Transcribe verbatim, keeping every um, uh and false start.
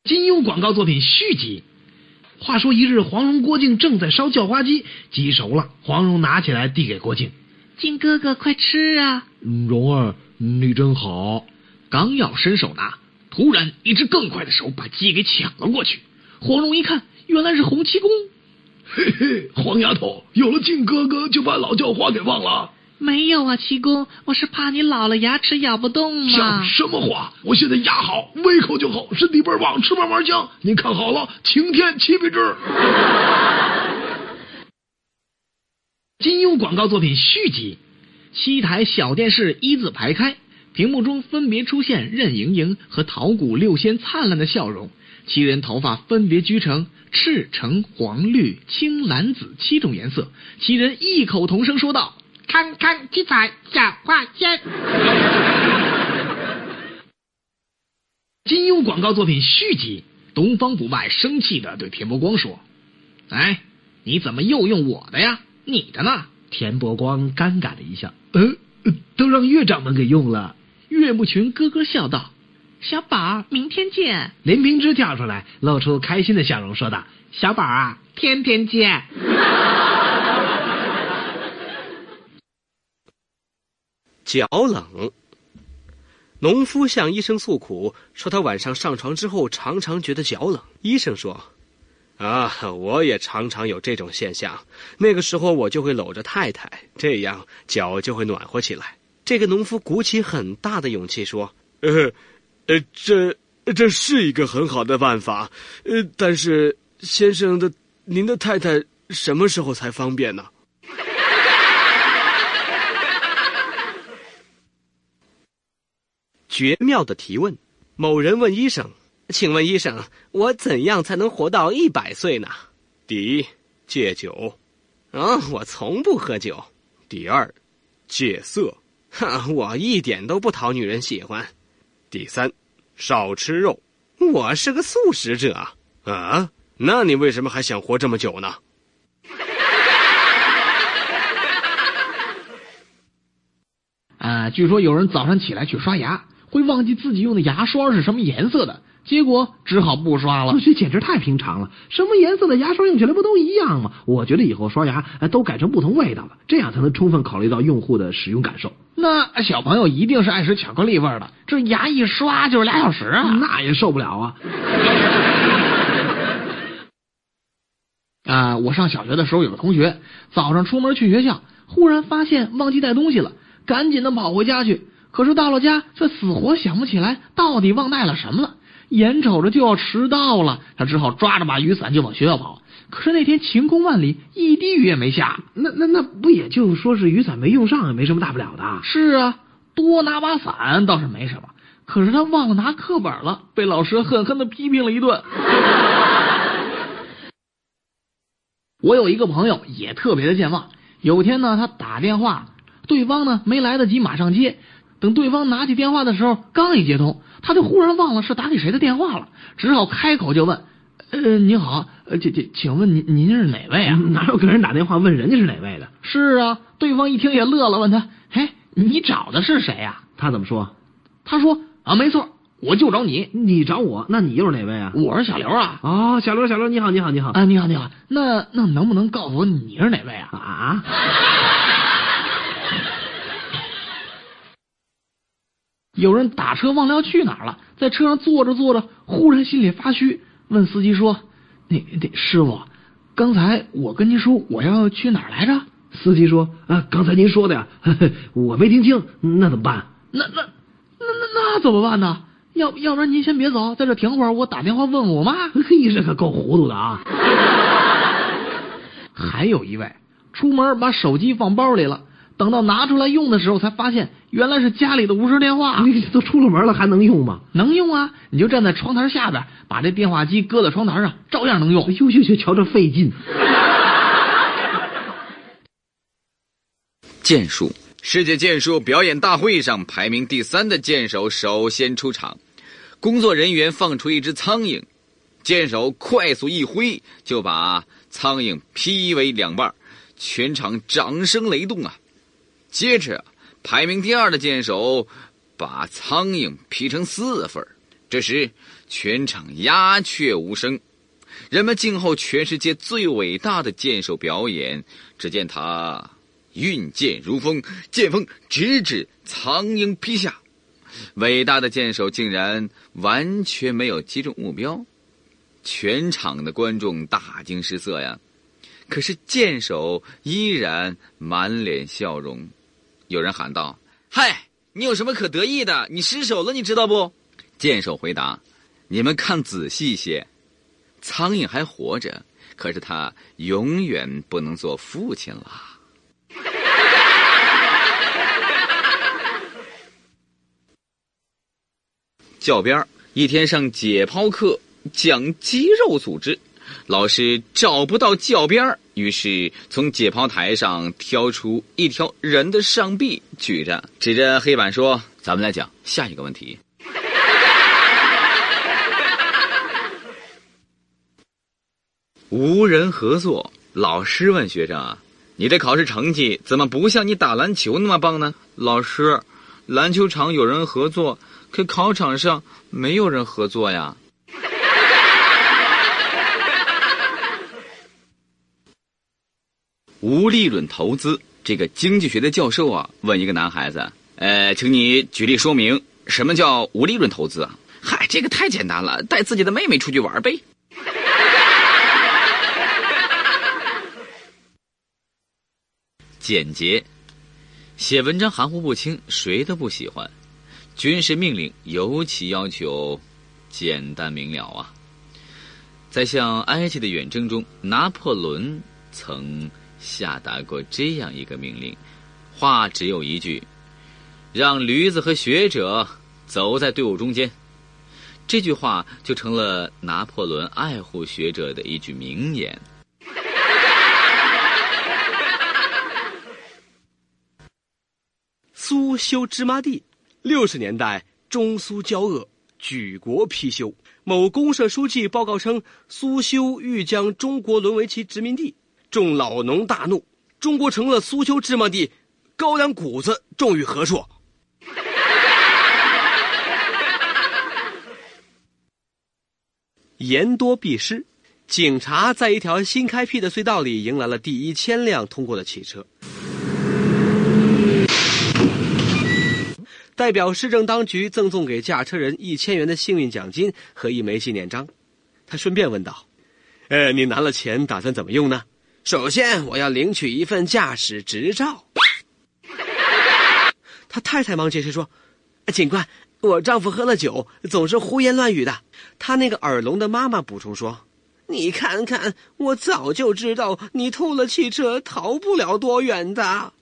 金庸广告作品续集。话说一日，黄蓉、郭靖正在烧叫花鸡，鸡熟了，黄蓉拿起来递给郭靖：“ 靖哥哥，快吃啊！”“ 蓉儿，你真好。”刚要伸手拿，突然一只更快的手把鸡给抢了过去。黄蓉一看，原来是洪七公。嘿嘿，黄丫头，有了靖哥哥就把老叫花给忘了？ 没有啊，七公，我是怕你老了牙齿咬不动嘛。 像什么话？我现在牙好，胃口就好，身体倍儿棒，吃嘛嘛香。您看好了，晴天启笔之。金庸广告作品续集。七台小电视一字排开，屏幕中分别出现任盈盈和桃谷六仙灿烂的笑容，七人头发分别焗成赤、橙、黄、绿、青、蓝、紫七种颜色，七人异口同声说道：“ 康康七彩小花仙。” 金庸广告作品续集。东方不败生气地对田伯光说：“哎，你怎么又用我的呀？你的呢？”田伯光尴尬了一笑：“呃，都让岳掌门给用了。”岳不群咯咯笑道：“ 小宝，明天见。” 林平之跳出来，露出开心的笑容，说道：“ 小宝啊，天天见。” 脚冷。农夫向医生诉苦，说他晚上上床之后常常觉得脚冷。医生说：“啊，我也常常有这种现象，那个时候我就会搂着太太，这样脚就会暖和起来。”这个农夫鼓起很大的勇气说：“呃，呃，这这是一个很好的办法，呃，但是先生的您的太太什么时候才方便呢？”绝妙的提问。某人问医生：“请问医生，我怎样才能活到一百岁呢？”第一，戒酒。啊，我从不喝酒。第二，戒色。哈，我一点都不讨女人喜欢。第三，少吃肉。我是个素食者。啊，那你为什么还想活这么久呢？ 啊，据说有人早上起来去刷牙，会忘记自己用的牙刷是什么颜色的，结果只好不刷了。这简直太平常了，什么颜色的牙刷用起来不都一样吗？我觉得以后刷牙都改成不同味道了，这样才能充分考虑到用户的使用感受。那小朋友一定是爱吃巧克力味的，这牙一刷就是俩小时啊，那也受不了啊。啊，我上小学的时候有个同学，早上出门去学校，忽然发现忘记带东西了，赶紧的跑回家去。可是到了家，却死活想不起来到底忘带了什么了。眼瞅着就要迟到了，他只好抓着把雨伞就往学校跑。可是那天晴空万里，一滴雨也没下。那那那不也就说是雨伞没用上，也没什么大不了的。是啊，多拿把伞倒是没什么。可是他忘了拿课本了，被老师狠狠的批评了一顿。我有一个朋友也特别的健忘，有天呢，他打电话，对方呢没来得及马上接。等对方拿起电话的时候，刚一接通，他就忽然忘了是打给谁的电话了，只好开口就问：“呃，你好，呃，这这，请问您您是哪位啊？”哪有给人打电话问人家是哪位的？是啊，对方一听也乐了，问他：“哎，你找的是谁呀？”他怎么说？他说：“啊，没错，我就找你。你找我？那你又是哪位啊？”我是小刘啊。哦，小刘，小刘，你好，你好，你好。啊，你好，你好。那那能不能告诉我你是哪位啊？啊？有人打车忘了要去哪儿了，在车上坐着坐着，忽然心里发虚，问司机说：“那那师傅，刚才我跟您说我要去哪儿来着？”司机说：“啊，刚才您说的呀，呵呵，我没听清，那怎么办？”那那那那那怎么办呢？要要不然您先别走，在这停会儿，我打电话问我妈。嘿，这可够糊涂的啊！还有一位出门把手机放包里了。等到拿出来用的时候，才发现原来是家里的无声电话。你都出了门了，还能用吗？能用啊！你就站在窗台下边，把这电话机搁在窗台上，照样能用。呦呦呦，瞧这费劲！ 剑术，世界剑术表演大会上排名第三的剑手首先出场，工作人员放出一只苍蝇，剑手快速一挥，就把苍蝇劈为两半，全场掌声雷动啊！接着，排名第二的剑手把苍蝇劈成四份。这时， 全场鸦雀无声。人们静候全世界最伟大的剑手表演。只见他运剑如风，剑锋直指苍鹰劈下。伟大的剑手竟然完全没有击中目标，全场的观众大惊失色呀。可是剑手依然满脸笑容。有人喊道：嗨，你有什么可得意的？你失手了，你知道不？剑手回答：你们看仔细些，苍蝇还活着，可是他永远不能做父亲了。教鞭一天上解剖课，讲肌肉组织，老师找不到教鞭，于是从解剖台上挑出一条人的上臂，举着指着黑板说：咱们来讲下一个问题。无人合作，老师问学生啊，你的考试成绩怎么不像你打篮球那么棒呢？老师，篮球场有人合作，可考场上没有人合作呀。无利润投资，这个经济学的教授啊，问一个男孩子，呃，请你举例说明什么叫无利润投资啊？嗨，这个太简单了，带自己的妹妹出去玩呗。简洁，写文章含糊不清，谁都不喜欢。军事命令尤其要求简单明了啊。在向埃及的远征中，拿破仑曾下达过这样一个命令，话只有一句：让驴子和学者走在队伍中间。这句话就成了拿破仑爱护学者的一句名言。 苏修芝麻地，六十年代中苏交恶，举国批修。某公社书记报告称，苏修欲将中国沦为其殖民地，众老农大怒，中国成了苏修芝麻地，高粱谷子种于何处？言多必失，警察在一条新开辟的隧道里迎来了第一千辆通过的汽车。代表市政当局赠送给驾车人一千元的幸运奖金和一枚纪念章。他顺便问道：呃，你拿了钱打算怎么用呢？首先我要领取一份驾驶执照。他太太忙解释说：警官，我丈夫喝了酒，总是胡言乱语的。他那个耳聋的妈妈补充说：你看看，我早就知道你偷了汽车逃不了多远的。